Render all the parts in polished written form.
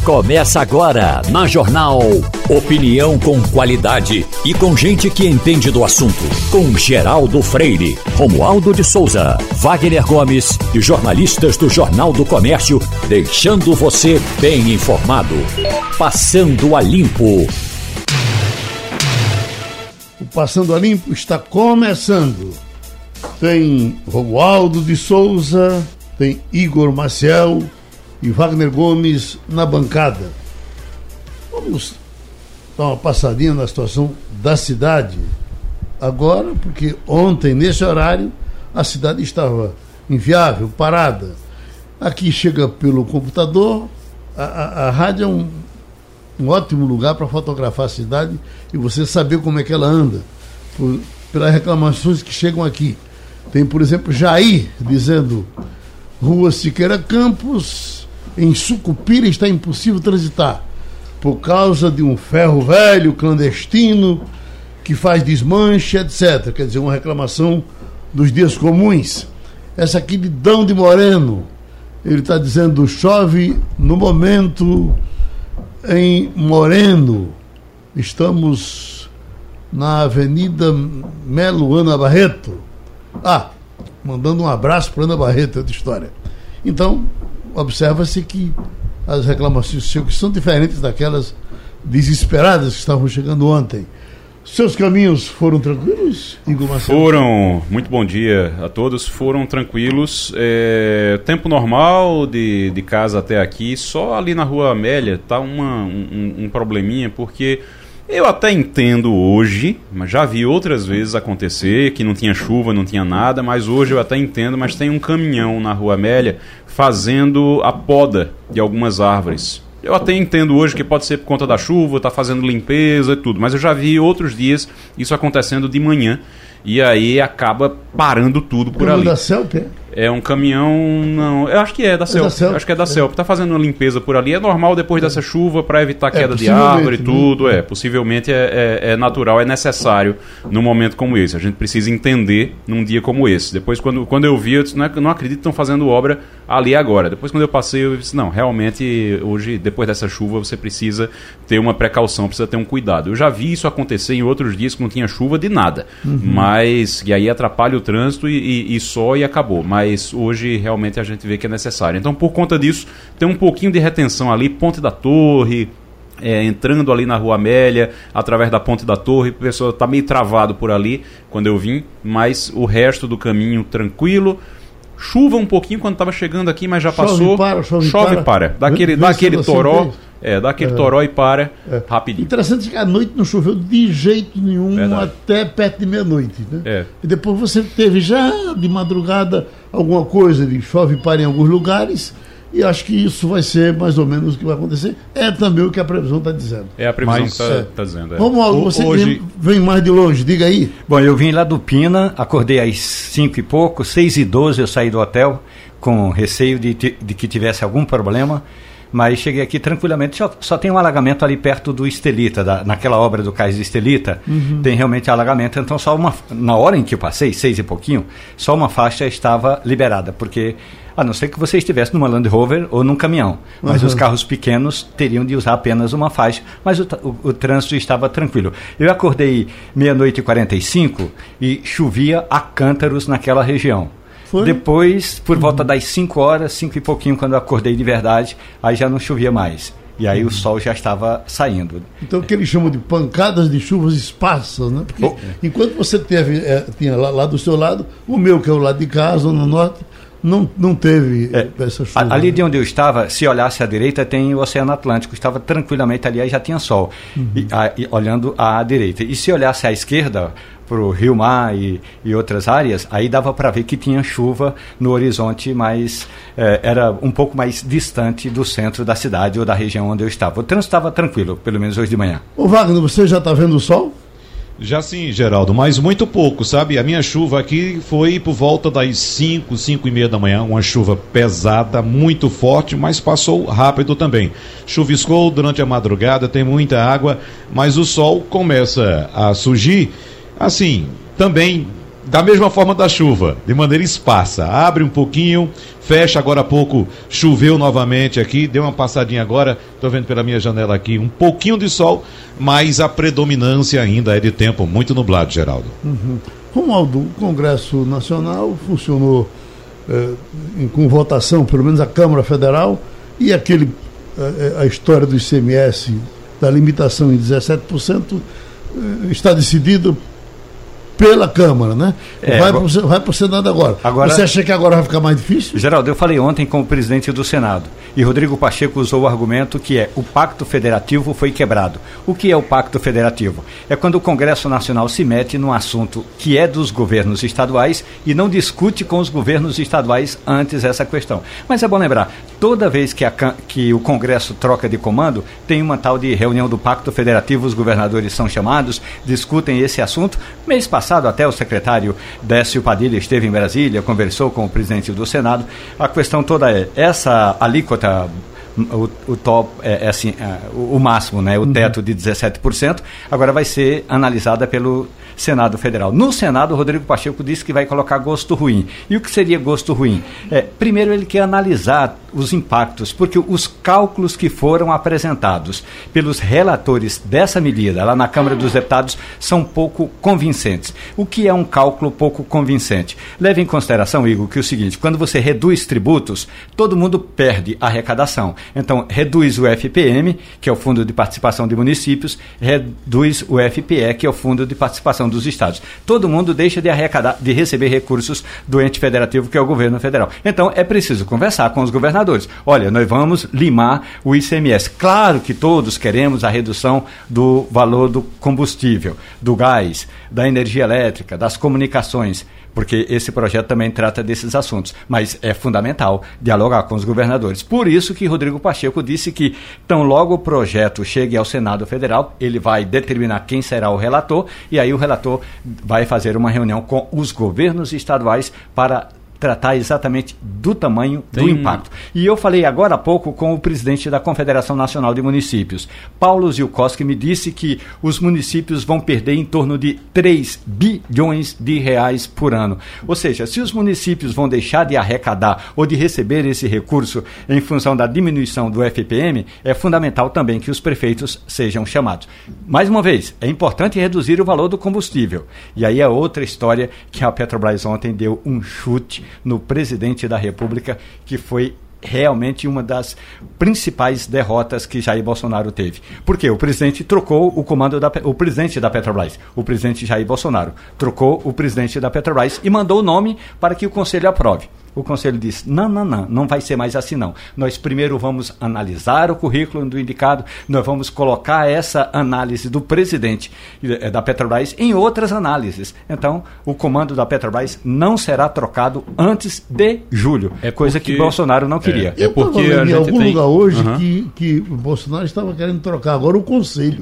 Começa agora na Jornal. Opinião com qualidade e com gente que entende do assunto. Com Geraldo Freire, Romualdo de Souza, Wagner Gomes e jornalistas do Jornal do Comércio, deixando você bem informado. Passando a Limpo. O Passando a Limpo está começando. Tem Romualdo de Souza, tem Igor Maciel e Wagner Gomes na bancada. Vamos dar uma passadinha na situação da cidade agora, porque ontem, nesse horário, a cidade estava inviável, parada. Aqui chega pelo computador, a rádio é um ótimo lugar para fotografar a cidade e você saber como é que ela anda, pelas reclamações que chegam aqui. Tem, por exemplo, Jair dizendo: Rua Siqueira Campos, em Sucupira está impossível transitar por causa de um ferro velho clandestino que faz desmanche, etc. Quer dizer, uma reclamação dos dias comuns. Essa aqui de Dão de Moreno, ele está dizendo: chove no momento em Moreno, estamos na Avenida Melo Ana Barreto. Mandando um abraço para Ana Barreto, outra história. Então, observa-se que as reclamações são diferentes daquelas desesperadas que estavam chegando ontem. Seus caminhos foram tranquilos, Igor Marcelo? Foram, muito bom dia a todos, foram tranquilos. Tempo normal de casa até aqui, só ali na Rua Amélia tá um probleminha, porque eu até entendo hoje, mas já vi outras vezes acontecer, que não tinha chuva, não tinha nada, mas hoje eu até entendo, mas tem um caminhão na Rua Amélia fazendo a poda de algumas árvores. Eu até entendo hoje que pode ser por conta da chuva, tá fazendo limpeza e tudo, mas eu já vi outros dias isso acontecendo de manhã, e aí acaba parando tudo por ali. Da CELP, É um caminhão, não, eu acho que é da CELP, acho que é da CELP, tá fazendo uma limpeza por ali, é normal depois dessa chuva para evitar queda de árvore e tudo, possivelmente é natural, é necessário num momento como esse, a gente precisa entender num dia como esse. Depois quando eu vi, eu disse, não acredito que estão fazendo obra ali agora. Depois quando eu passei, eu disse, não, realmente hoje, depois dessa chuva, você precisa ter uma precaução, precisa ter um cuidado. Eu já vi isso acontecer em outros dias que não tinha chuva de nada, mas, e aí atrapalha o trânsito e acabou, mas hoje realmente a gente vê que é necessário. Então, por conta disso, tem um pouquinho de retenção ali, Ponte da Torre, entrando ali na Rua Amélia, através da Ponte da Torre, o pessoal está meio travado por ali quando eu vim, mas o resto do caminho tranquilo. Chuva um pouquinho quando estava chegando aqui, mas já passou. Chove e para. Dá aquele toró. Dá aquele toró e para rapidinho. Interessante que à noite não choveu de jeito nenhum. Até perto de meia-noite, né? E depois você teve já de madrugada alguma coisa de chove e para em alguns lugares, e acho que isso vai ser mais ou menos o que vai acontecer. É também o que a previsão está dizendo. É a previsão que está dizendo. Romualdo, você hoje vem mais de longe, diga aí. Bom, eu vim lá do Pina, acordei às 5 e pouco, 6h12 eu saí do hotel, com receio de que tivesse algum problema, mas cheguei aqui tranquilamente. Só tem um alagamento ali perto do Estelita, naquela obra do Cais de Estelita, tem realmente alagamento, então na hora em que eu passei, 6 e pouquinho, só uma faixa estava liberada, porque a não ser que você estivesse numa Land Rover ou num caminhão, mas os carros pequenos teriam de usar apenas uma faixa, mas o trânsito estava tranquilo. Eu acordei 00:45 e chovia a cântaros naquela região. Foi? Depois, por volta das 5 horas, 5 e pouquinho, quando eu acordei de verdade, aí já não chovia mais. E aí o sol já estava saindo. Então, o que eles chamam de pancadas de chuvas esparsas, né? Porque enquanto você tinha lá do seu lado, o meu, que é o lado de casa, no norte, não teve essa chuva. Ali de onde eu estava, se olhasse à direita, tem o Oceano Atlântico. Estava tranquilamente ali, aí já tinha sol, olhando à direita. E se olhasse à esquerda, para o Rio Mar e outras áreas, aí dava para ver que tinha chuva no horizonte, mas era um pouco mais distante do centro da cidade ou da região onde eu estava. O trânsito estava tranquilo, pelo menos hoje de manhã. Ô Wagner, você já está vendo o sol? Já sim, Geraldo, mas muito pouco, sabe? A minha chuva aqui foi por volta das 5h30 da manhã, uma chuva pesada, muito forte, mas passou rápido também. Chuviscou durante a madrugada, tem muita água, mas o sol começa a surgir, assim, também da mesma forma da chuva, de maneira esparsa. Abre um pouquinho, fecha. Agora há pouco choveu novamente aqui, deu uma passadinha agora, estou vendo pela minha janela aqui, um pouquinho de sol, mas a predominância ainda é de tempo muito nublado, Geraldo. Romualdo, o Congresso Nacional funcionou com votação, pelo menos a Câmara Federal, e a história do ICMS, da limitação em 17%, está decidido pela Câmara, né? Vai para o Senado agora. Você acha que agora vai ficar mais difícil? Geraldo, eu falei ontem com o presidente do Senado e Rodrigo Pacheco usou o argumento que o Pacto Federativo foi quebrado. O que é o Pacto Federativo? É quando o Congresso Nacional se mete num assunto que é dos governos estaduais e não discute com os governos estaduais antes essa questão. Mas é bom lembrar, toda vez que o Congresso troca de comando, tem uma tal de reunião do Pacto Federativo, os governadores são chamados, discutem esse assunto. Mês passado, até o secretário Décio Padilha esteve em Brasília, conversou com o presidente do Senado. A questão toda é, essa alíquota, o máximo, né, o teto de 17%, agora vai ser analisada pelo Senado Federal. No Senado, o Rodrigo Pacheco disse que vai colocar gosto ruim. E o que seria gosto ruim? Primeiro, ele quer analisar os impactos, porque os cálculos que foram apresentados pelos relatores dessa medida lá na Câmara dos Deputados são pouco convincentes. O que é um cálculo pouco convincente? Leve em consideração, Igor, que é o seguinte, quando você reduz tributos, todo mundo perde arrecadação. Então, reduz o FPM, que é o Fundo de Participação de Municípios, reduz o FPE, que é o Fundo de Participação dos Estados. Todo mundo deixa de arrecadar, de receber recursos do ente federativo, que é o governo federal. Então, é preciso conversar com os governadores. Olha, nós vamos limar o ICMS. Claro que todos queremos a redução do valor do combustível, do gás, da energia elétrica, das comunicações, porque esse projeto também trata desses assuntos, mas é fundamental dialogar com os governadores. Por isso que Rodrigo Pacheco disse que, tão logo o projeto chegue ao Senado Federal, ele vai determinar quem será o relator, e aí o relator vai fazer uma reunião com os governos estaduais para tratar exatamente do tamanho do impacto. E eu falei agora há pouco com o presidente da Confederação Nacional de Municípios, Paulo Zilkowski, me disse que os municípios vão perder em torno de 3 bilhões de reais por ano. Ou seja, se os municípios vão deixar de arrecadar ou de receber esse recurso em função da diminuição do FPM, é fundamental também que os prefeitos sejam chamados. Mais uma vez, é importante reduzir o valor do combustível. E aí é outra história que a Petrobras ontem deu um chute no presidente da República, que foi realmente uma das principais derrotas que Jair Bolsonaro teve. Porque o presidente trocou o comando o presidente da Petrobras, o presidente Jair Bolsonaro, trocou o presidente da Petrobras e mandou o nome para que o Conselho aprove. O Conselho disse, não vai ser mais assim não. Nós primeiro vamos analisar o currículo do indicado, nós vamos colocar essa análise do presidente da Petrobras em outras análises. Então, o comando da Petrobras não será trocado antes de julho, coisa que Bolsonaro não queria. Eu porque em algum lugar hoje que o Bolsonaro estava querendo trocar agora o Conselho.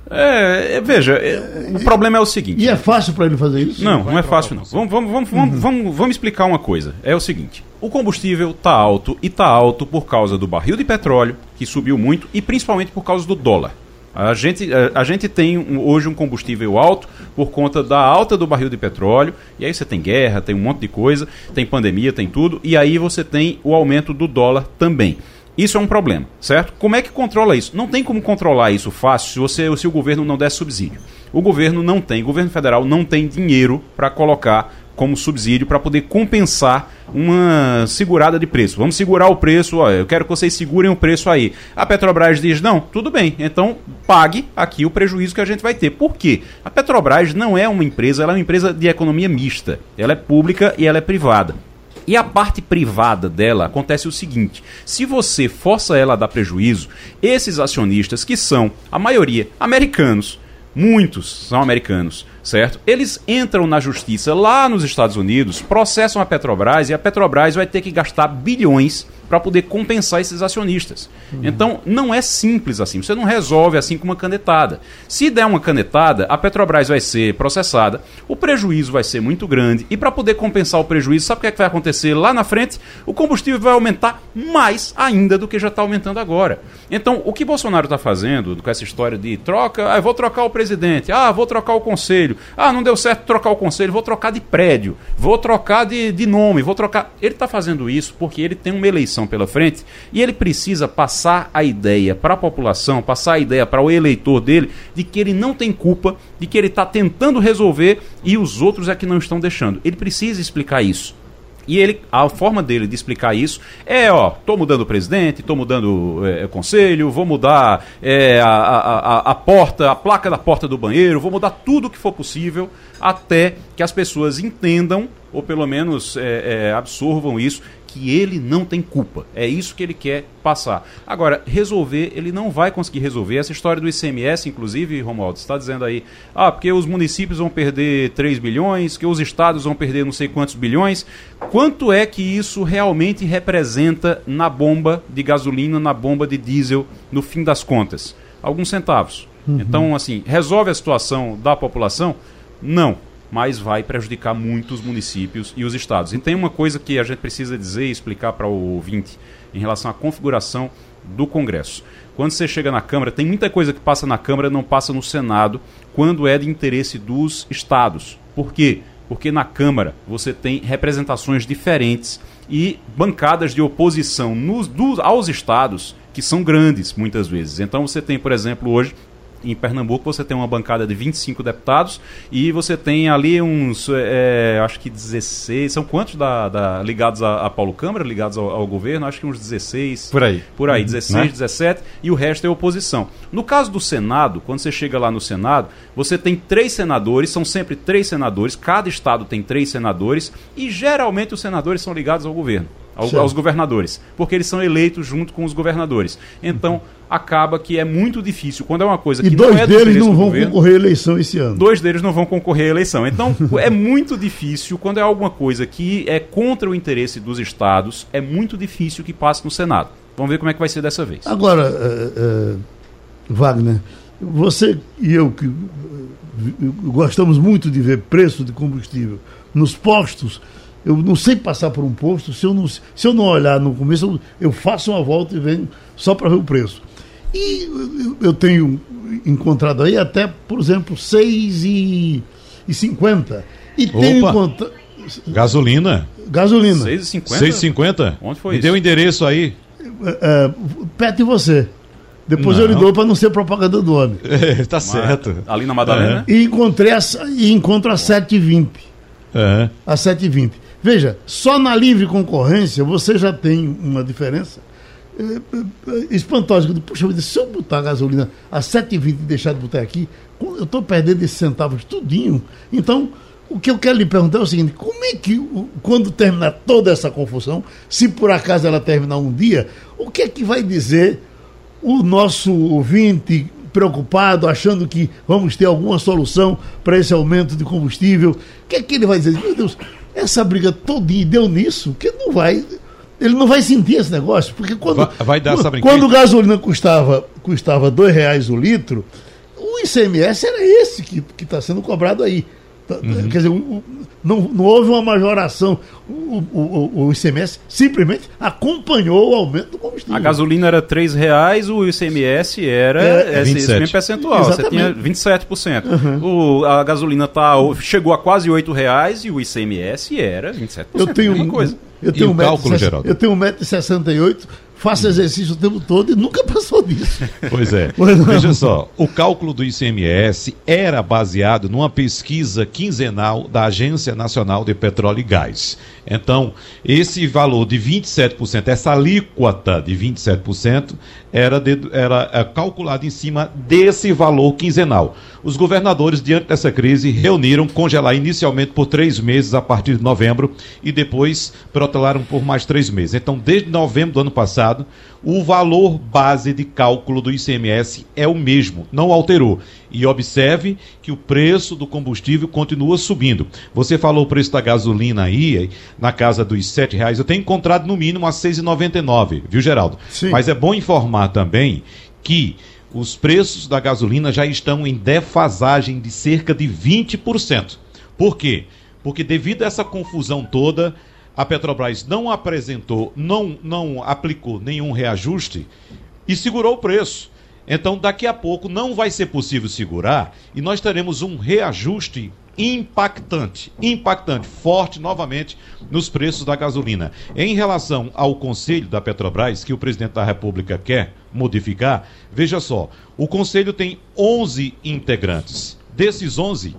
Veja, o problema é o seguinte. E é fácil para ele fazer isso? Não é fácil não. Vamos explicar uma coisa. É o seguinte, o combustível está alto, e está alto por causa do barril de petróleo, que subiu muito, e principalmente por causa do dólar. A gente tem hoje um combustível alto por conta da alta do barril de petróleo, e aí você tem guerra, tem um monte de coisa, tem pandemia, tem tudo, e aí você tem o aumento do dólar também. Isso é um problema, certo? Como é que controla isso? Não tem como controlar isso fácil se o governo não der subsídio. O governo federal não tem dinheiro para colocar como subsídio para poder compensar uma segurada de preço. Vamos segurar o preço, eu quero que vocês segurem o preço aí. A Petrobras diz, não, tudo bem, então pague aqui o prejuízo que a gente vai ter. Por quê? A Petrobras não é uma empresa, ela é uma empresa de economia mista. Ela é pública e ela é privada. E a parte privada dela acontece o seguinte, se você força ela a dar prejuízo, esses acionistas, que são, a maioria, americanos, muitos são americanos, certo? Eles entram na justiça lá nos Estados Unidos, processam a Petrobras e a Petrobras vai ter que gastar bilhões para poder compensar esses acionistas. Então, não é simples assim. Você não resolve assim com uma canetada. Se der uma canetada, a Petrobras vai ser processada, o prejuízo vai ser muito grande, e para poder compensar o prejuízo, sabe o que é que vai acontecer lá na frente? O combustível vai aumentar mais ainda do que já está aumentando agora. Então, o que Bolsonaro está fazendo com essa história de troca, vou trocar o presidente, vou trocar o conselho, não deu certo trocar o conselho, vou trocar de prédio, vou trocar de nome, vou trocar... Ele está fazendo isso porque ele tem uma eleição pela frente e ele precisa passar a ideia para a população, passar a ideia para o eleitor dele de que ele não tem culpa, de que ele está tentando resolver e os outros é que não estão deixando. Ele precisa explicar isso. E a forma dele de explicar isso é, tô mudando o presidente, tô mudando o conselho, vou mudar a porta, a placa da porta do banheiro, vou mudar tudo o que for possível até que as pessoas entendam, ou pelo menos absorvam isso, que ele não tem culpa. É isso que ele quer passar. Agora, resolver, ele não vai conseguir resolver. Essa história do ICMS, inclusive, Romualdo, você está dizendo aí, porque os municípios vão perder 3 bilhões, que os estados vão perder não sei quantos bilhões. Quanto é que isso realmente representa na bomba de gasolina, na bomba de diesel, no fim das contas? Alguns centavos. Então, assim, resolve a situação da população? Não. Mas vai prejudicar muito os municípios e os estados. E tem uma coisa que a gente precisa dizer e explicar para o ouvinte em relação à configuração do Congresso. Quando você chega na Câmara, tem muita coisa que passa na Câmara e não passa no Senado, quando é de interesse dos estados. Por quê? Porque na Câmara você tem representações diferentes e bancadas de oposição aos estados, que são grandes muitas vezes. Então você tem, por exemplo, hoje... Em Pernambuco você tem uma bancada de 25 deputados e você tem ali uns, acho que 16, são quantos ligados a Paulo Câmara, ligados ao governo? Acho que uns 16. Por aí, 16, né? 17, e o resto é oposição. No caso do Senado, quando você chega lá no Senado, você tem 3 senadores, são sempre 3 senadores, cada estado tem 3 senadores e geralmente os senadores são ligados ao governo. Aos governadores, porque eles são eleitos junto com os governadores. Então, acaba que é muito difícil, quando é uma coisa que não é do interesse do governo... E 2 deles não vão concorrer à eleição esse ano. 2 deles não vão concorrer à eleição. Então, é muito difícil, quando é alguma coisa que é contra o interesse dos estados, é muito difícil que passe no Senado. Vamos ver como é que vai ser dessa vez. Agora, Wagner, você e eu que gostamos muito de ver preço de combustível nos postos... Eu não sei passar por um posto, se eu não olhar no começo, eu faço uma volta e venho só para ver o preço. E eu tenho encontrado aí até, por exemplo, 6,50. E tenho encontrado... Gasolina? Gasolina. 6,50? 6,50? Onde foi isso? Me dê o endereço aí. Perto de você. Depois eu lhe dou para não ser propaganda do homem. Tá certo. Ali na Madalena? E encontro a 7,20. A 7,20. Veja, só na livre concorrência você já tem uma diferença espantosa. Puxa vida, se eu botar a gasolina a 7,20 e deixar de botar aqui, eu estou perdendo esses centavos tudinho. Então, o que eu quero lhe perguntar é o seguinte: como é que, quando terminar toda essa confusão, se por acaso ela terminar um dia, o que é que vai dizer o nosso ouvinte preocupado, achando que vamos ter alguma solução para esse aumento de combustível? O que é que ele vai dizer? Meu Deus, essa briga todinha deu nisso, que não vai, ele não vai sentir esse negócio, porque quando a gasolina custava R$2 o litro, o ICMS era esse que está sendo cobrado aí. Quer dizer, não houve uma majoração. O ICMS simplesmente acompanhou o aumento do combustível. A gasolina era R$3, o ICMS era esse mesmo percentual. Exatamente. Você tinha 27%. A gasolina chegou a quase R$8 e o ICMS era 27%. Eu tenho 1,68m, faço exercício o tempo todo e nunca passou disso. Pois é. Veja só, o cálculo do ICMS era baseado numa pesquisa quinzenal da Agência Nacional de Petróleo e Gás. Então, esse valor de 27%, essa alíquota de 27%, era calculado em cima desse valor quinzenal. Os governadores, diante dessa crise, reuniram congelar inicialmente por 3 meses a partir de novembro e depois protelaram por mais 3 meses. Então, desde novembro do ano passado, Estado, o valor base de cálculo do ICMS é o mesmo, não alterou. E observe que o preço do combustível continua subindo. Você falou o preço da gasolina aí, na casa dos R$ 7,00. Eu tenho encontrado no mínimo a R$ 6,99, viu, Geraldo? Sim. Mas é bom informar também que os preços da gasolina já estão em defasagem de cerca de 20%. Por quê? Porque devido a essa confusão toda, a Petrobras não aplicou nenhum reajuste e segurou o preço. Então, daqui a pouco não vai ser possível segurar e nós teremos um reajuste impactante, forte novamente nos preços da gasolina. Em relação ao conselho da Petrobras, que o presidente da República quer modificar, veja só, o conselho tem 11 integrantes. Desses 11,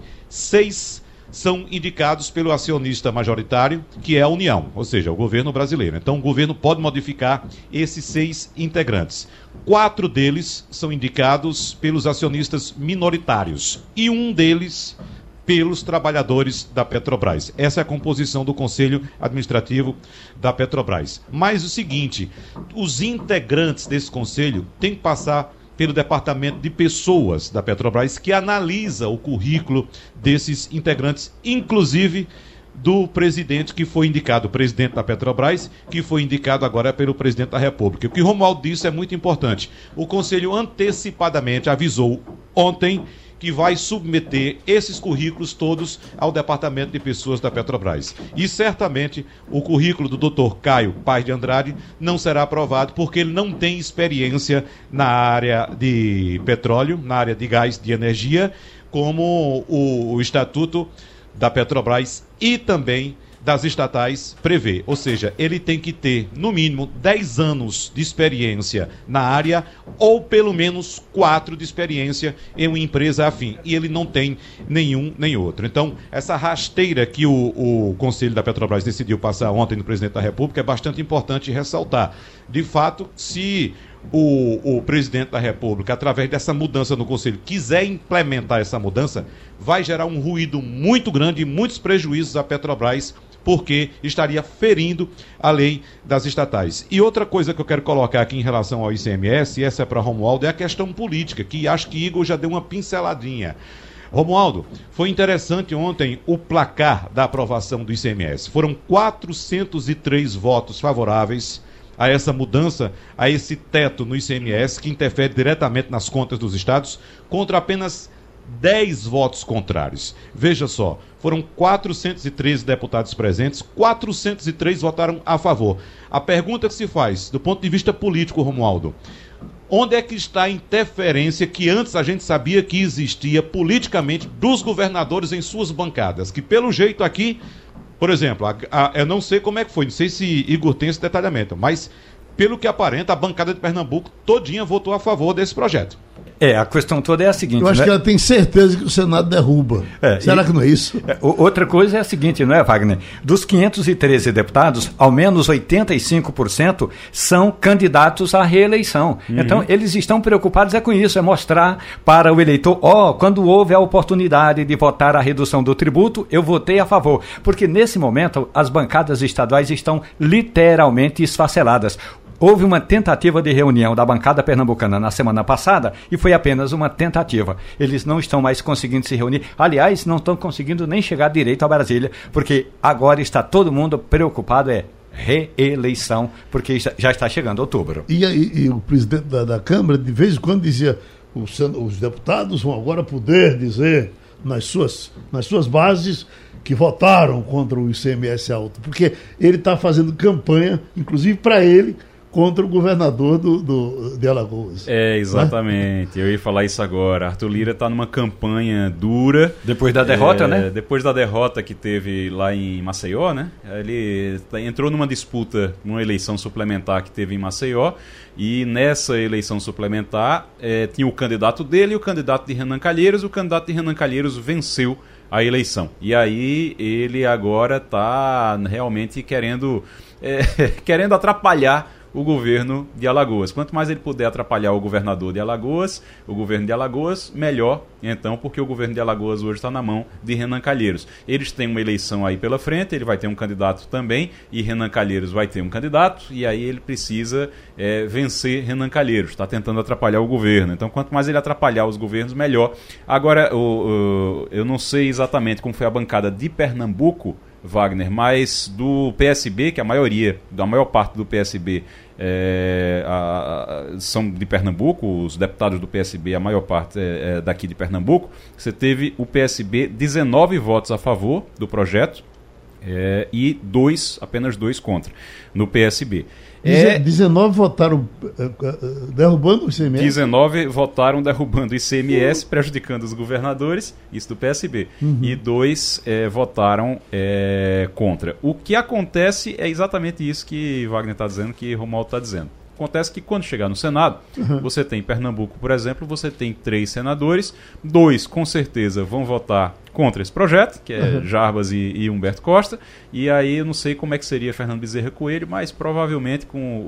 6 são indicados pelo acionista majoritário, que é a União, ou seja, o governo brasileiro. Então, o governo pode modificar esses 6 integrantes. 4 deles são indicados pelos acionistas minoritários e um deles pelos trabalhadores da Petrobras. Essa é a composição do Conselho Administrativo da Petrobras. Mas o seguinte, os integrantes desse conselho têm que passar pelo Departamento de Pessoas da Petrobras, que analisa o currículo desses integrantes, inclusive do presidente que foi indicado, o presidente da Petrobras, que foi indicado agora pelo presidente da República. O que o Romualdo disse é muito importante. O Conselho antecipadamente avisou ontem que vai submeter esses currículos todos ao Departamento de Pessoas da Petrobras. E certamente o currículo do Dr. Caio Paz de Andrade não será aprovado porque ele não tem experiência na área de petróleo, na área de gás, de energia, como o Estatuto da Petrobras e também das estatais prevê. Ou seja, ele tem que ter, no mínimo, 10 anos de experiência na área ou pelo menos 4 de experiência em uma empresa afim. E ele não tem nenhum nem outro. Então, essa rasteira que o Conselho da Petrobras decidiu passar ontem no presidente da República é bastante importante ressaltar. De fato, se o presidente da República, através dessa mudança no Conselho, quiser implementar essa mudança, vai gerar um ruído muito grande e muitos prejuízos à Petrobras, porque estaria ferindo a lei das estatais. E outra coisa que eu quero colocar aqui em relação ao ICMS, e essa é para Romualdo, é a questão política, que acho que Igor já deu uma pinceladinha. Romualdo, foi interessante ontem o placar da aprovação do ICMS. Foram 403 votos favoráveis a essa mudança, a esse teto no ICMS, que interfere diretamente nas contas dos estados, contra apenas 10 votos contrários. Veja só, foram 413 deputados presentes, 403 votaram a favor. A pergunta que se faz, do ponto de vista político, Romualdo, onde é que está a interferência que antes a gente sabia que existia politicamente dos governadores em suas bancadas? Que pelo jeito aqui, por exemplo, eu não sei como é que foi, não sei se Igor tem esse detalhamento, mas pelo que aparenta, a bancada de Pernambuco todinha votou a favor desse projeto. A questão toda é a seguinte... Eu acho que ela tem certeza que o Senado derruba. Será que não é isso? Outra coisa é a seguinte, não é, Wagner? Dos 513 deputados, ao menos 85% são candidatos à reeleição. Uhum. Então, eles estão preocupados com isso, é mostrar para o eleitor, quando houve a oportunidade de votar a redução do tributo, eu votei a favor. Porque, nesse momento, as bancadas estaduais estão literalmente esfaceladas. Houve uma tentativa de reunião da bancada pernambucana na semana passada e foi apenas uma tentativa. Eles não estão mais conseguindo se reunir. Aliás, não estão conseguindo nem chegar direito a Brasília, porque agora está todo mundo preocupado, reeleição, porque já está chegando outubro. E o presidente da Câmara, de vez em quando, dizia, os deputados vão agora poder dizer nas suas bases que votaram contra o ICMS alto, porque ele está fazendo campanha, inclusive para ele, contra o governador de Alagoas. Exatamente. Eu ia falar isso agora. Arthur Lira está numa campanha dura. Depois da derrota, né? Depois da derrota que teve lá em Maceió, né? Ele entrou numa disputa, numa eleição suplementar que teve em Maceió, e nessa eleição suplementar tinha o candidato dele e o candidato de Renan Calheiros. O candidato de Renan Calheiros venceu a eleição. E aí ele agora está realmente querendo atrapalhar o governo de Alagoas. Quanto mais ele puder atrapalhar o governador de Alagoas, o governo de Alagoas, melhor, então, porque o governo de Alagoas hoje está na mão de Renan Calheiros. Eles têm uma eleição aí pela frente, ele vai ter um candidato também, e Renan Calheiros vai ter um candidato, e aí ele precisa vencer Renan Calheiros, está tentando atrapalhar o governo. Então, quanto mais ele atrapalhar os governos, melhor. Agora, eu não sei exatamente como foi a bancada de Pernambuco, Wagner, mas do PSB, que a maior parte do PSB são de Pernambuco, os deputados do PSB, a maior parte é daqui de Pernambuco. Você teve o PSB 19 votos a favor do projeto e apenas 2 contra no PSB. 19 votaram derrubando o ICMS? 19 votaram derrubando o ICMS, prejudicando os governadores, isso do PSB. E 2 votaram contra. O que acontece é exatamente isso que Wagner está dizendo, que Romualdo está dizendo. Acontece que quando chegar no Senado, você tem em Pernambuco, por exemplo, você tem 3 senadores, 2 com certeza vão votar contra esse projeto, que é Jarbas e Humberto Costa, e aí eu não sei como é que seria Fernando Bezerra Coelho, mas provavelmente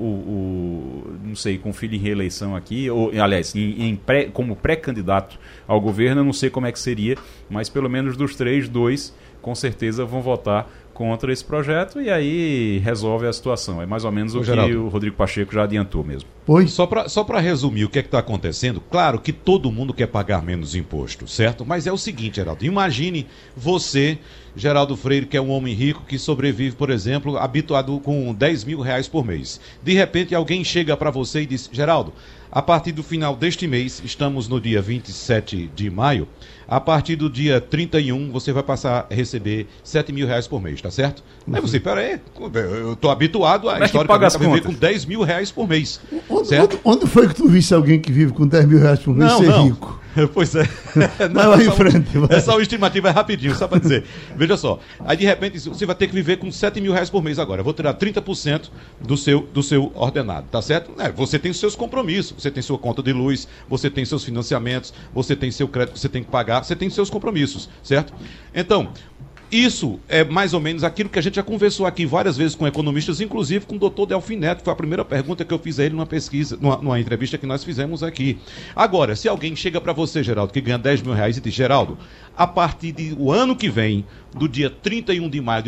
com não sei, com o filho em reeleição aqui, ou aliás, como pré-candidato ao governo, eu não sei como é que seria, mas pelo menos dos 3, 2 com certeza vão votar contra esse projeto e aí resolve a situação. É mais ou menos o que o Rodrigo Pacheco já adiantou mesmo. Pois. Só para resumir o que é que está acontecendo, claro que todo mundo quer pagar menos imposto, certo? Mas é o seguinte, Geraldo, imagine você, Geraldo Freire, que é um homem rico que sobrevive, por exemplo, habituado com 10 mil reais por mês. De repente alguém chega para você e diz, Geraldo, a partir do final deste mês, estamos no dia 27 de maio, a partir do dia 31 você vai passar a receber 7 mil reais por mês, tá certo? Aí você, peraí, eu tô habituado a historicamente a viver com 10 mil reais por mês, certo? Onde foi que tu visse alguém que vive com 10 mil reais por mês ser rico? Pois é. Vai lá em frente. Vai. Essa estimativa é rapidinho, só para dizer. Veja só. Aí de repente você vai ter que viver com 7 mil reais por mês agora. Eu vou tirar 30% do seu ordenado, tá certo? Você tem os seus compromissos, você tem sua conta de luz, você tem seus financiamentos, você tem seu crédito que você tem que pagar, você tem seus compromissos, certo? Então, isso é mais ou menos aquilo que a gente já conversou aqui várias vezes com economistas, inclusive com o doutor Delfim Neto, foi a primeira pergunta que eu fiz a ele numa pesquisa, numa entrevista que nós fizemos aqui. Agora, se alguém chega para você, Geraldo, que ganha 10 mil reais e diz, Geraldo, a partir do ano que vem, do dia 31 de maio de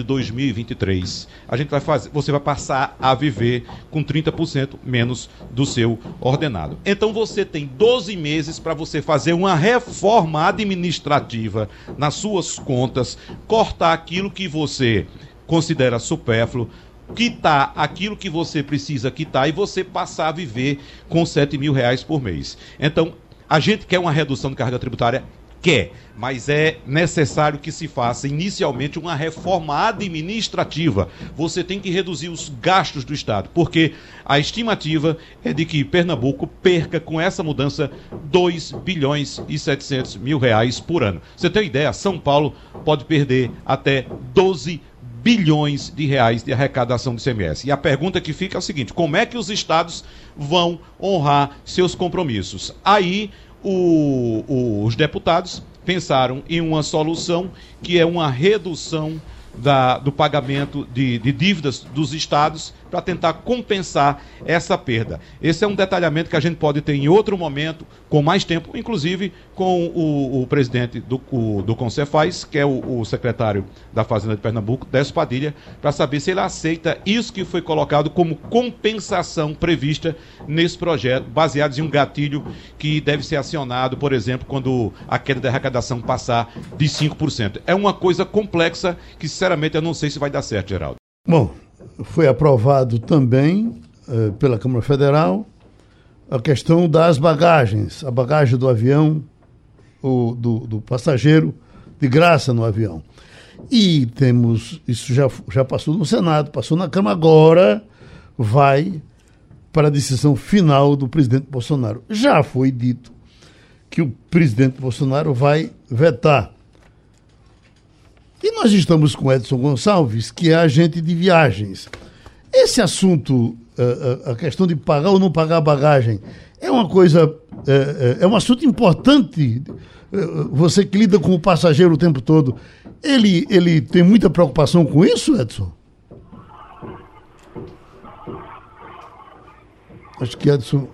2023, você vai passar a viver com 30% menos do seu ordenado. Então você tem 12 meses para você fazer uma reforma administrativa nas suas contas, cortar aquilo que você considera supérfluo, quitar aquilo que você precisa quitar e você passar a viver com 7 mil reais por mês. Então, a gente quer uma redução de carga tributária? Quer, mas é necessário que se faça inicialmente uma reforma administrativa. Você tem que reduzir os gastos do Estado, porque a estimativa é de que Pernambuco perca com essa mudança 2 bilhões e 700 mil reais por ano. Você tem ideia? São Paulo pode perder até 12 bilhões de reais de arrecadação do ICMS. E a pergunta que fica é o seguinte, como é que os estados vão honrar seus compromissos? Aí os deputados pensaram em uma solução que é uma redução do pagamento de dívidas dos estados para tentar compensar essa perda. Esse é um detalhamento que a gente pode ter em outro momento, com mais tempo, inclusive com o presidente do Concefaz, que é o secretário da Fazenda de Pernambuco, Décio Padilha, para saber se ele aceita isso que foi colocado como compensação prevista nesse projeto, baseados em um gatilho que deve ser acionado, por exemplo, quando a queda da arrecadação passar de 5%. É uma coisa complexa que, sinceramente, eu não sei se vai dar certo, Geraldo. Bom, foi aprovado também pela Câmara Federal a questão das bagagens, a bagagem do avião, do passageiro, de graça no avião. E isso já passou no Senado, passou na Câmara, agora vai para a decisão final do presidente Bolsonaro. Já foi dito que o presidente Bolsonaro vai vetar. E nós estamos com Edson Gonçalves, que é agente de viagens. Esse assunto, a questão de pagar ou não pagar a bagagem, é uma coisa, é um assunto importante. Você que lida com o passageiro o tempo todo, ele tem muita preocupação com isso, Edson? Acho que Edson...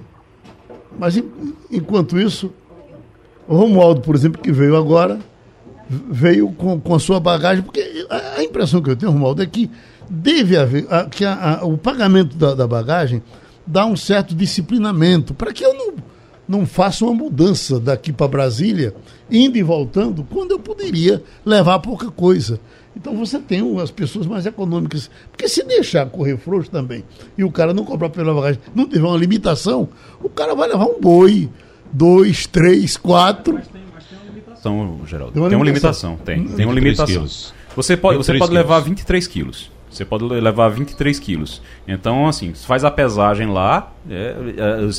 Mas, enquanto isso, o Romualdo, por exemplo, que veio agora, veio com a sua bagagem, porque a impressão que eu tenho, Romualdo, é que deve haver, o pagamento da bagagem dá um certo disciplinamento, para que eu não faça uma mudança daqui para Brasília, indo e voltando, quando eu poderia levar pouca coisa. Então você tem as pessoas mais econômicas, porque se deixar correr frouxo também, e o cara não cobrar pela bagagem, não tiver uma limitação, o cara vai levar um boi, 2, 3, 4... Mas tem uma limitação, Geraldo. Tem uma limitação. Tem uma limitação. Você pode levar 23 quilos. Você pode levar 23 quilos. Então, assim, você faz a pesagem lá, e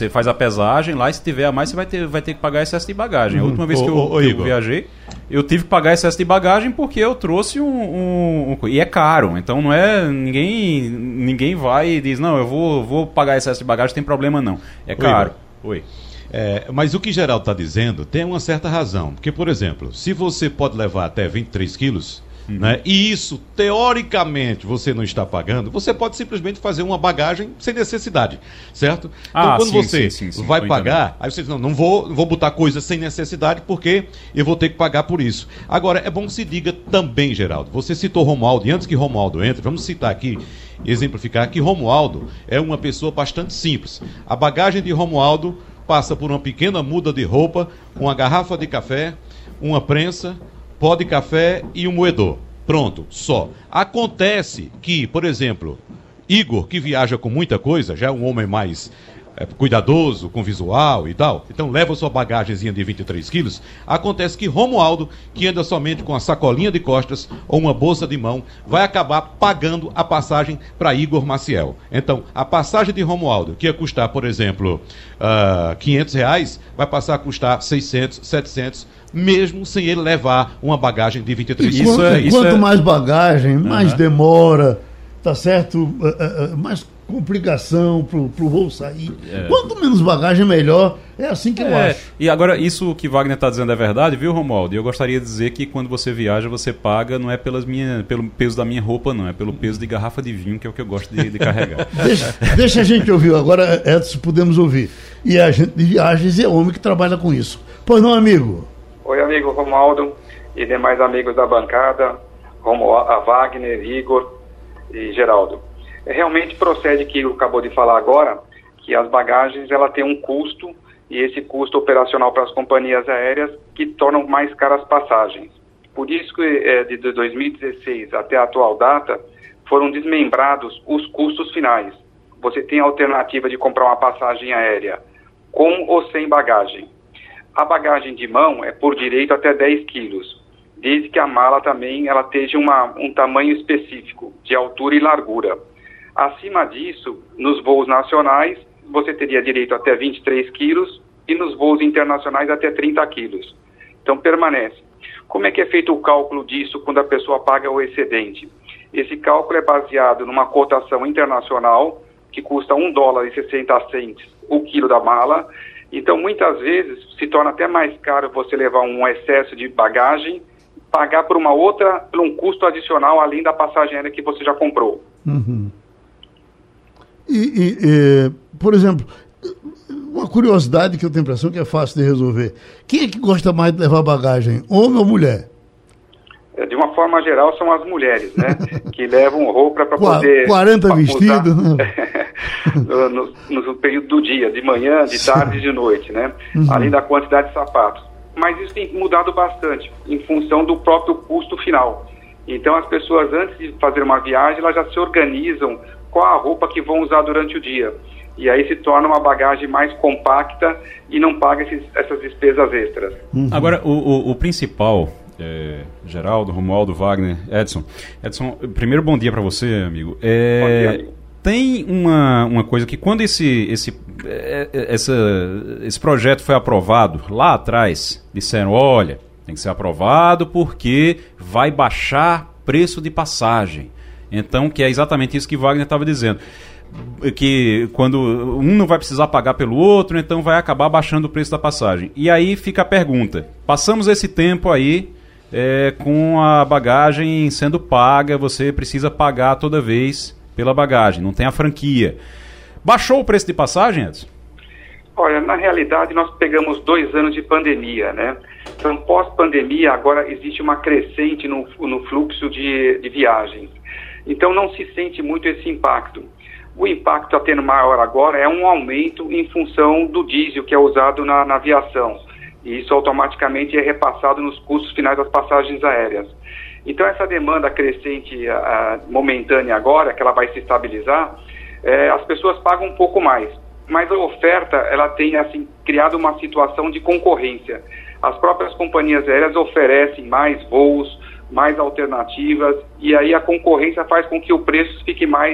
se tiver a mais, você vai ter que pagar excesso de bagagem. A última vez que eu viajei, eu tive que pagar excesso de bagagem porque eu trouxe e é caro. Então, não é... Ninguém vai e diz, não, eu vou pagar excesso de bagagem, não tem problema não. É caro. Oi. Mas o que Geraldo está dizendo tem uma certa razão. Porque, por exemplo, se você pode levar até 23 quilos... Né? E isso, teoricamente, você não está pagando, você pode simplesmente fazer uma bagagem sem necessidade, certo? Então, quando você vai pagar, aí você diz, não vou botar coisa sem necessidade porque eu vou ter que pagar por isso. Agora, é bom que se diga também, Geraldo, você citou Romualdo, e antes que Romualdo entre, vamos citar aqui, exemplificar que Romualdo é uma pessoa bastante simples. A bagagem de Romualdo passa por uma pequena muda de roupa, uma garrafa de café, uma prensa, pó de café e um moedor. Pronto, só. Acontece que, por exemplo, Igor, que viaja com muita coisa, já é um homem mais cuidadoso, com visual e tal, então leva sua bagagenzinha de 23 quilos. Acontece que Romualdo, que anda somente com a sacolinha de costas ou uma bolsa de mão, vai acabar pagando a passagem para Igor Maciel. Então, a passagem de Romualdo, que ia custar, por exemplo, R$500, vai passar a custar 600, 700, mesmo sem ele levar uma bagagem de 23 quilos. Quanto mais bagagem, mais demora, tá certo? Mais complicação pro voo sair. Quanto menos bagagem, melhor. É assim que eu acho. E agora, isso que Wagner está dizendo é verdade, viu, Romualdo? E eu gostaria de dizer que quando você viaja, você paga, não é pelo peso da minha roupa, não. É pelo peso de garrafa de vinho, que é o que eu gosto de carregar. Deixa a gente ouvir. Agora, Edson, podemos ouvir. E a gente de viagens é homem que trabalha com isso. Pois não, amigo? Oi, amigo Romualdo e demais amigos da bancada, a Wagner, Igor e Geraldo. Realmente procede que eu acabou de falar agora, que as bagagens ela tem um custo, e esse custo operacional para as companhias aéreas que tornam mais caras as passagens. Por isso que de 2016 até a atual data foram desmembrados os custos finais. Você tem a alternativa de comprar uma passagem aérea com ou sem bagagem. A bagagem de mão é por direito até 10 quilos, desde que a mala também ela esteja um tamanho específico, de altura e largura. Acima disso, nos voos nacionais, você teria direito até 23 quilos e nos voos internacionais até 30 quilos. Então, permanece. Como é que é feito o cálculo disso quando a pessoa paga o excedente? Esse cálculo é baseado numa cotação internacional que custa $1,60 o quilo da mala. Então, muitas vezes, se torna até mais caro você levar um excesso de bagagem, pagar por um custo adicional além da passagem aérea que você já comprou. Uhum. Por exemplo, uma curiosidade que eu tenho a impressão que é fácil de resolver. Quem é que gosta mais de levar bagagem, homem ou mulher? De uma forma geral, são as mulheres, né? Que levam roupa para poder... 40 vestidos, né? no período do dia, de manhã, de tarde e de noite, né? Uhum. Além da quantidade de sapatos. Mas isso tem mudado bastante, em função do próprio custo final. Então, as pessoas, antes de fazer uma viagem, elas já se organizam qual a roupa que vão usar durante o dia. E aí se torna uma bagagem mais compacta e não paga essas despesas extras. Uhum. Agora, o principal, Geraldo, Romualdo, Wagner, Edson, primeiro bom dia para você, amigo. Bom dia, amigo. Tem uma coisa que quando esse projeto foi aprovado lá atrás, disseram, olha, tem que ser aprovado porque vai baixar preço de passagem. Então, que é exatamente isso que Wagner estava dizendo. Que quando um não vai precisar pagar pelo outro, então vai acabar baixando o preço da passagem. E aí fica a pergunta. Passamos esse tempo aí com a bagagem sendo paga, você precisa pagar toda vez pela bagagem, não tem a franquia. Baixou o preço de passagem, Edson? Olha, na realidade nós pegamos 2 anos de pandemia, né? Então, pós-pandemia, agora existe uma crescente no fluxo de viagens. Então, não se sente muito esse impacto. O impacto está tendo maior agora é um aumento em função do diesel que é usado na aviação. E isso automaticamente é repassado nos custos finais das passagens aéreas. Então, essa demanda crescente momentânea agora, que ela vai se estabilizar, as pessoas pagam um pouco mais. Mas a oferta, ela tem, assim, criado uma situação de concorrência. As próprias companhias aéreas oferecem mais voos, mais alternativas, e aí a concorrência faz com que o preço fique mais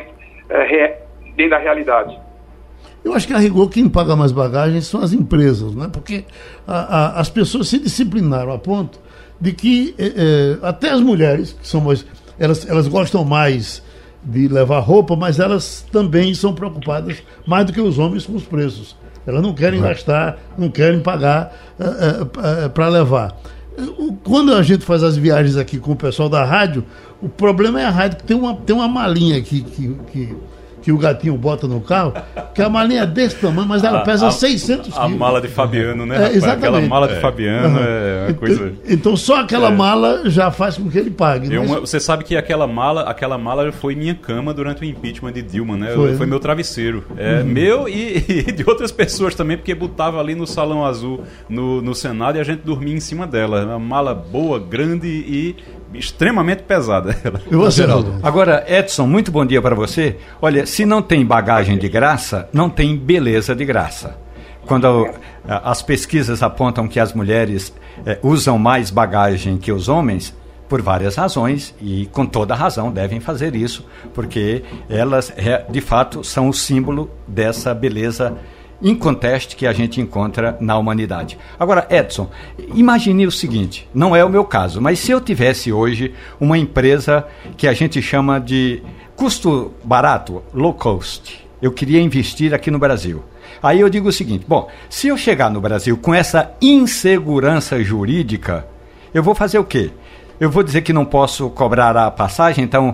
dentro da realidade. Eu acho que a rigor quem paga mais bagagens são as empresas, né? Porque as pessoas se disciplinaram a ponto de que até as mulheres, que são mais, elas gostam mais de levar roupa, mas elas também são preocupadas mais do que os homens com os preços. Elas não querem gastar, não querem pagar para levar. Quando a gente faz as viagens aqui com o pessoal da rádio, o problema é a rádio, que tem uma malinha aqui que o gatinho bota no carro, que a malinha é desse tamanho, mas ela pesa 600 quilos. A mala de Fabiano, né? Exatamente. Aquela mala de Fabiano é uma coisa... Então só aquela mala já faz com que ele pague. Você sabe que aquela mala foi minha cama durante o impeachment de Dilma, né? Foi meu travesseiro. Meu e de outras pessoas também, porque botava ali no Salão Azul, no Senado, e a gente dormia em cima dela. Uma mala boa, grande e extremamente pesada. E você, Geraldo? Agora, Edson, muito bom dia para você. Olha, se não tem bagagem de graça, não tem beleza de graça. Quando as pesquisas apontam que as mulheres usam mais bagagem que os homens, por várias razões, e com toda razão devem fazer isso, porque elas, de fato, são o símbolo dessa beleza inconteste que a gente encontra na humanidade. Agora, Edson, imagine o seguinte, não é o meu caso, mas se eu tivesse hoje uma empresa que a gente chama de custo barato, low cost, eu queria investir aqui no Brasil. Aí eu digo o seguinte, bom, se eu chegar no Brasil com essa insegurança jurídica, eu vou fazer o quê? Eu vou dizer que não posso cobrar a passagem, então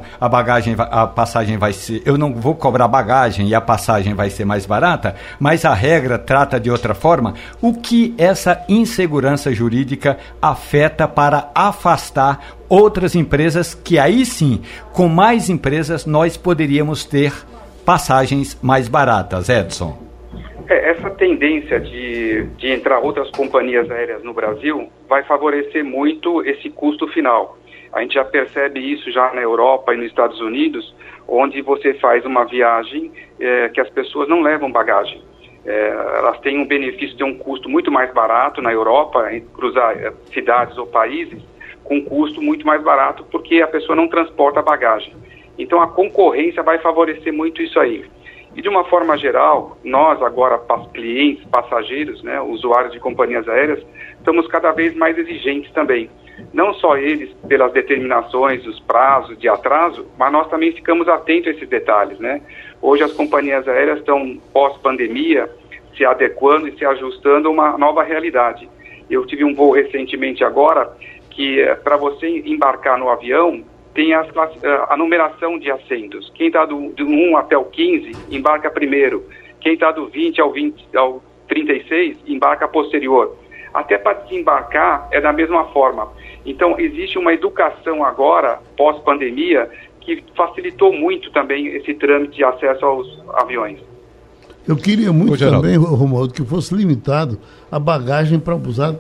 a passagem vai ser... Eu não vou cobrar bagagem e a passagem vai ser mais barata, mas a regra trata de outra forma. O que essa insegurança jurídica afeta para afastar outras empresas que aí sim, com mais empresas, nós poderíamos ter passagens mais baratas, Edson? Essa tendência de entrar outras companhias aéreas no Brasil vai favorecer muito esse custo final. A gente já percebe isso já na Europa e nos Estados Unidos, onde você faz uma viagem que as pessoas não levam bagagem. Elas têm um benefício de um custo muito mais barato na Europa, cruzar cidades ou países, com um custo muito mais barato, porque a pessoa não transporta bagagem. Então a concorrência vai favorecer muito isso aí. E de uma forma geral, nós agora, clientes, passageiros, né, usuários de companhias aéreas, estamos cada vez mais exigentes também. Não só eles pelas determinações, os prazos de atraso, mas nós também ficamos atentos a esses detalhes, né? Hoje as companhias aéreas estão pós-pandemia se adequando e se ajustando a uma nova realidade. Eu tive um voo recentemente agora que para você embarcar no avião tem a numeração de assentos. Quem está do 1 até o 15 embarca primeiro. Quem está do 20 ao 36 embarca posterior. Até para desembarcar é da mesma forma. Então existe uma educação agora, pós-pandemia, que facilitou muito também esse trâmite de acesso aos aviões. Eu queria muito também, Romualdo, que fosse limitado a bagagem para usar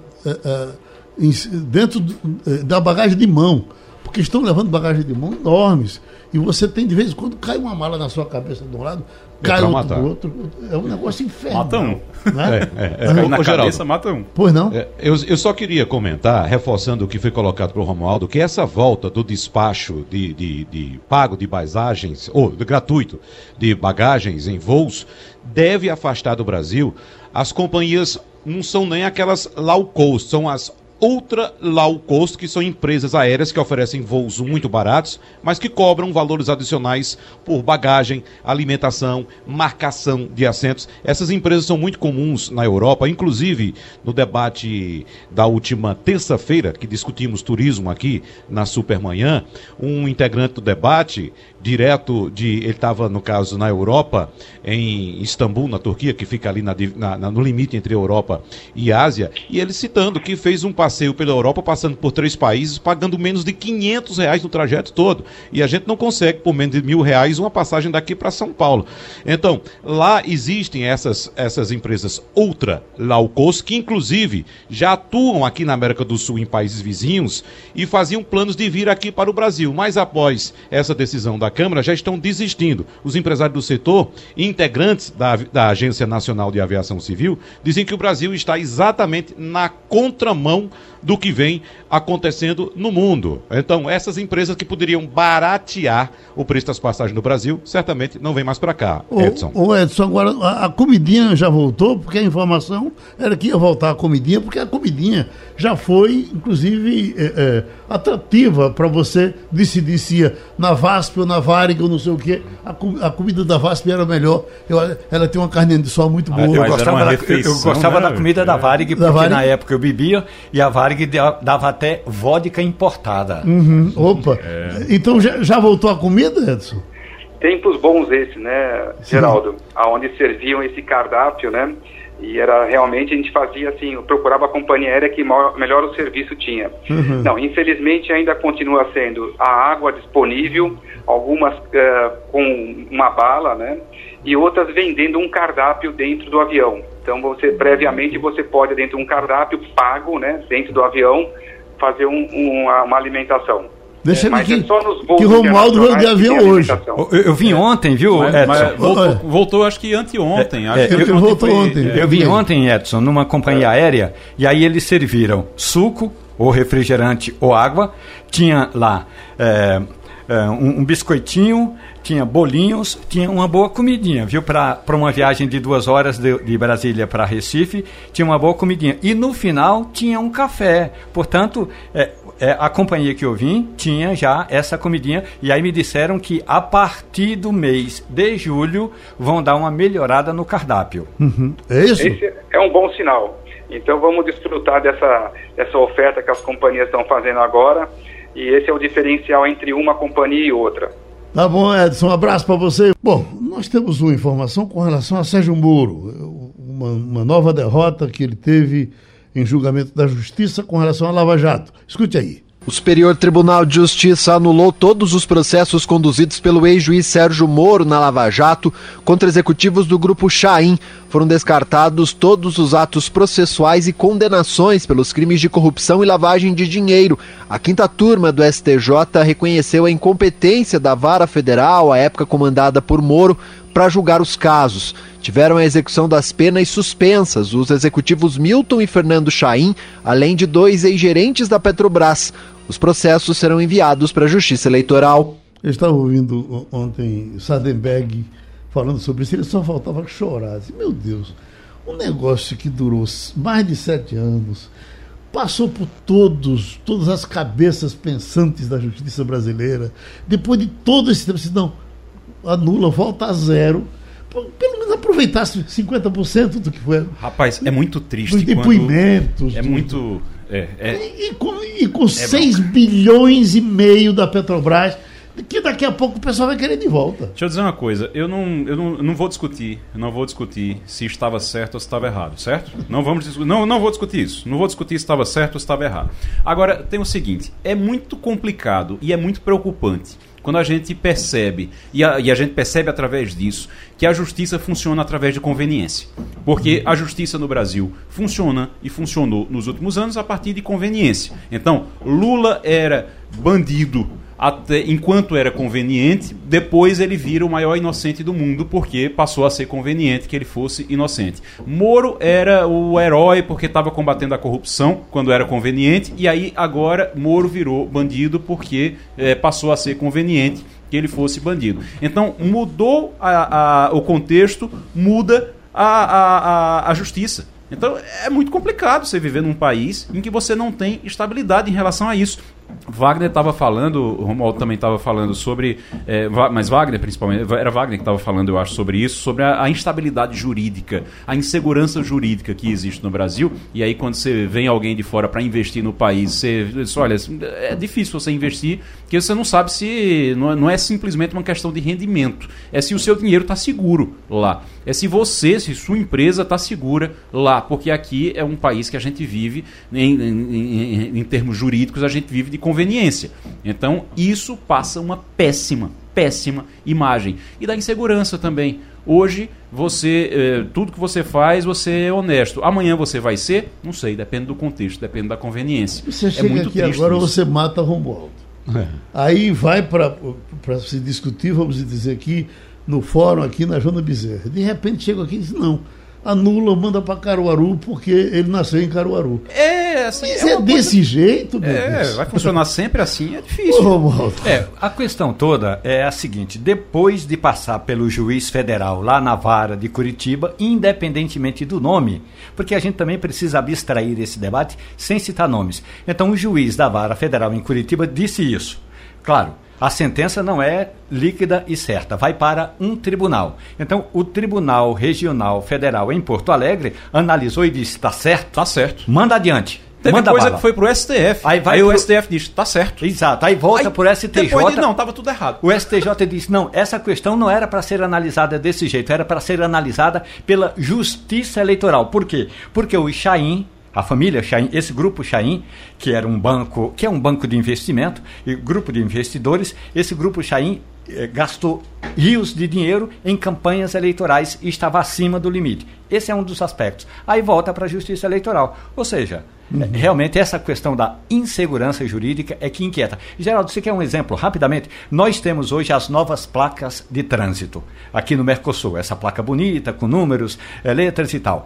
dentro da bagagem de mão. Porque estão levando bagagem de mão enormes. E você tem, de vez em quando, cai uma mala na sua cabeça de um lado, cai outra do outro. É um negócio infernal. Mata um. Né? Cai na cabeça, mata um. Pois não? Eu só queria comentar, reforçando o que foi colocado pelo Romualdo, que essa volta do despacho de pago de bagagens, ou gratuito de bagagens em voos, deve afastar do Brasil as companhias, não são nem aquelas low cost, são as ultra low cost, que são empresas aéreas que oferecem voos muito baratos, mas que cobram valores adicionais por bagagem, alimentação, marcação de assentos. Essas empresas são muito comuns na Europa, inclusive no debate da última terça-feira, que discutimos turismo aqui na Supermanhã, um integrante do debate, ele estava, no caso, na Europa, em Istambul, na Turquia, que fica ali no limite entre Europa e Ásia, e ele citando que fez um passeio pela Europa, passando por 3 países, pagando menos de R$500 no trajeto todo. E a gente não consegue, por menos de R$1.000, uma passagem daqui para São Paulo. Então, lá existem essas empresas ultra low cost, que inclusive já atuam aqui na América do Sul, em países vizinhos, e faziam planos de vir aqui para o Brasil. Mas após essa decisão da Câmara, já estão desistindo. Os empresários do setor, integrantes da Agência Nacional de Aviação Civil, dizem que o Brasil está exatamente na contramão do que vem acontecendo no mundo. Então, essas empresas que poderiam baratear o preço das passagens no Brasil, certamente não vem mais para cá, Edson. Edson, agora a comidinha já voltou, porque a informação era que ia voltar a comidinha, porque a comidinha já foi, inclusive, atrativa para você decidir se ia na VASP ou na Varig ou não sei o quê. A comida da VASP era melhor. Ela tem uma carne de sol muito boa. Eu gostava da comida da Varig, porque na época eu bebia e a Varig dava até vodka importada. Opa! Então já voltou a comida, Edson? Tempos bons esse, né, Geraldo? Onde serviam esse cardápio, né? E era realmente, a gente fazia assim, eu procurava a companhia aérea que melhor o serviço tinha. Não, infelizmente ainda continua sendo a água disponível, algumas com uma bala, né? E outras vendendo um cardápio dentro do avião. Então previamente você pode, dentro de um cardápio pago, né, dentro do avião, fazer uma alimentação. Deixa mas aqui, é só nos voos que Romualdo veio de avião hoje. Eu vim ontem, viu, Edson? Voltou acho que anteontem. Eu vim ontem, Edson, numa companhia aérea, e aí eles serviram suco, ou refrigerante, ou água. Tinha lá um biscoitinho, tinha bolinhos, tinha uma boa comidinha, viu? Para uma viagem de 2 horas de Brasília para Recife, tinha uma boa comidinha. E no final tinha um café. Portanto, a companhia que eu vim tinha já essa comidinha, e aí me disseram que a partir do mês de julho vão dar uma melhorada no cardápio. É isso? Esse é um bom sinal. Então vamos desfrutar dessa oferta que as companhias estão fazendo agora, e esse é o diferencial entre uma companhia e outra. Tá bom, Edson, um abraço para você. Bom, nós temos uma informação com relação a Sérgio Moro, uma nova derrota que ele teve em julgamento da Justiça com relação à Lava Jato. Escute aí. O Superior Tribunal de Justiça anulou todos os processos conduzidos pelo ex-juiz Sérgio Moro na Lava Jato contra executivos do Grupo Chaim. Foram descartados todos os atos processuais e condenações pelos crimes de corrupção e lavagem de dinheiro. A 5ª turma do STJ reconheceu a incompetência da Vara Federal, à época comandada por Moro, para julgar os casos. Tiveram a execução das penas suspensas os executivos Milton e Fernando Chaim, além de 2 ex-gerentes da Petrobras. Os processos serão enviados para a Justiça Eleitoral. Eu estava ouvindo ontem Sardenberg falando sobre isso, ele só faltava chorar. Assim, meu Deus, um negócio que durou mais de 7 anos, passou por todas as cabeças pensantes da justiça brasileira, depois de todo esse tempo, não, anula, volta a zero, pelo menos aproveitasse 50% do que foi. Rapaz, é muito triste. Dos depoimentos. É muito... E com 6 bilhões e meio da Petrobras, que daqui a pouco o pessoal vai querer de volta. Deixa eu dizer uma coisa, eu não vou discutir se estava certo ou se estava errado, certo? Não vou discutir isso. Não vou discutir se estava certo ou se estava errado. Agora, tem o seguinte, é muito complicado e é muito preocupante quando a gente percebe, e a gente percebe através disso, que a justiça funciona através de conveniência. Porque a justiça no Brasil funciona e funcionou nos últimos anos a partir de conveniência. Então, Lula era bandido até enquanto era conveniente, depois ele vira o maior inocente do mundo porque passou a ser conveniente que ele fosse inocente. Moro era o herói porque estava combatendo a corrupção quando era conveniente, e aí agora Moro virou bandido porque passou a ser conveniente que ele fosse bandido. Então mudou o contexto, muda a justiça. Então é muito complicado você viver num país em que você não tem estabilidade em relação a isso. Wagner estava falando, o Romualdo também estava falando sobre, mas Wagner principalmente, era Wagner que estava falando, eu acho, sobre isso, sobre a instabilidade jurídica, a insegurança jurídica que existe no Brasil. E aí quando você vem alguém de fora para investir no país, você diz, olha, é difícil você investir, porque você não sabe se, não é simplesmente uma questão de rendimento, é se o seu dinheiro está seguro lá, é se sua empresa está segura lá, porque aqui é um país que a gente vive, em termos jurídicos, a gente vive de conveniência. Então isso passa uma péssima imagem. E da insegurança também. Hoje, tudo que você faz, você é honesto. Amanhã você vai ser? Não sei, depende do contexto, depende da conveniência. Você chega aqui agora, você mata Romualdo. Aí vai para se discutir, vamos dizer aqui, no fórum, aqui na Joana Bezerra. De repente chega aqui e diz, não, anula, manda para Caruaru, porque ele nasceu em Caruaru. Assim, mas desse jeito, meu Deus. Vai funcionar sempre assim, é difícil. A questão toda é a seguinte: depois de passar pelo juiz federal lá na vara de Curitiba, independentemente do nome, porque a gente também precisa abstrair esse debate sem citar nomes. Então o juiz da vara federal em Curitiba disse isso. Claro, a sentença não é líquida e certa, vai para um tribunal. Então, o Tribunal Regional Federal em Porto Alegre analisou e disse, está certo? Está certo. Manda adiante. Teve coisa que foi pro STF. Aí o STF disse, tá certo. Exato. Aí volta pro STJ. Depois não, estava tudo errado. O STJ disse, não, essa questão não era para ser analisada desse jeito, era para ser analisada pela Justiça Eleitoral. Por quê? Porque o Chaim, a família Chaim, esse grupo Chaim, que é um banco de investimento, e grupo de investidores, esse grupo Chaim gastou rios de dinheiro em campanhas eleitorais e estava acima do limite. Esse é um dos aspectos. Aí volta para a Justiça Eleitoral. Ou seja, realmente essa questão da insegurança jurídica é que inquieta. Geraldo, você quer um exemplo? Rapidamente, nós temos hoje as novas placas de trânsito aqui no Mercosul. Essa placa bonita, com números, letras e tal.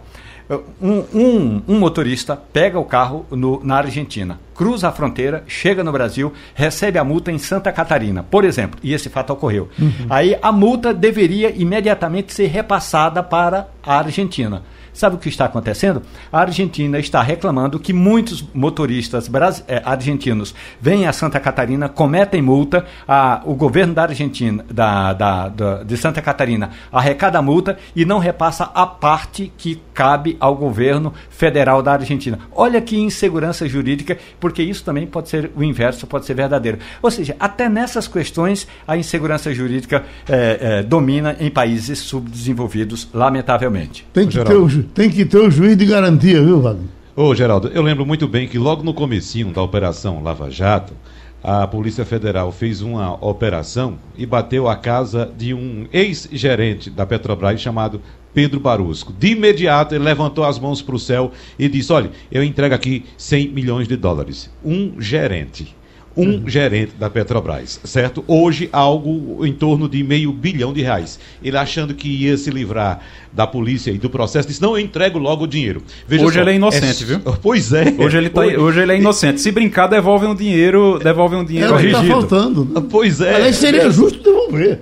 Um motorista pega o carro na Argentina, cruza a fronteira, chega no Brasil, recebe a multa em Santa Catarina, por exemplo, e esse fato ocorreu. Aí a multa deveria imediatamente ser repassada para a Argentina. Sabe o que está acontecendo? A Argentina está reclamando que muitos motoristas argentinos vêm a Santa Catarina, cometem multa, o governo da Argentina, de Santa Catarina, arrecada a multa e não repassa a parte que cabe ao governo federal da Argentina. Olha que insegurança jurídica, porque isso também pode ser o inverso, pode ser verdadeiro. Ou seja, até nessas questões a insegurança jurídica domina em países subdesenvolvidos, lamentavelmente. Tem que ter o juiz de garantia, viu, Wagner? Ô, Geraldo, eu lembro muito bem que logo no comecinho da Operação Lava Jato, a Polícia Federal fez uma operação e bateu a casa de um ex-gerente da Petrobras chamado Pedro Barusco. De imediato, ele levantou as mãos para o céu e disse, olha, eu entrego aqui 100 milhões de dólares. Um gerente da Petrobras, certo? Hoje, algo em torno de $500 milhão. Ele achando que ia se livrar da polícia e do processo, disse, não, eu entrego logo o dinheiro. Veja hoje só, ele é inocente, viu? Pois é. Hoje ele é inocente. Se brincar, devolve um dinheiro corrigido. Está faltando. Pois é. Aliás, seria justo devolver.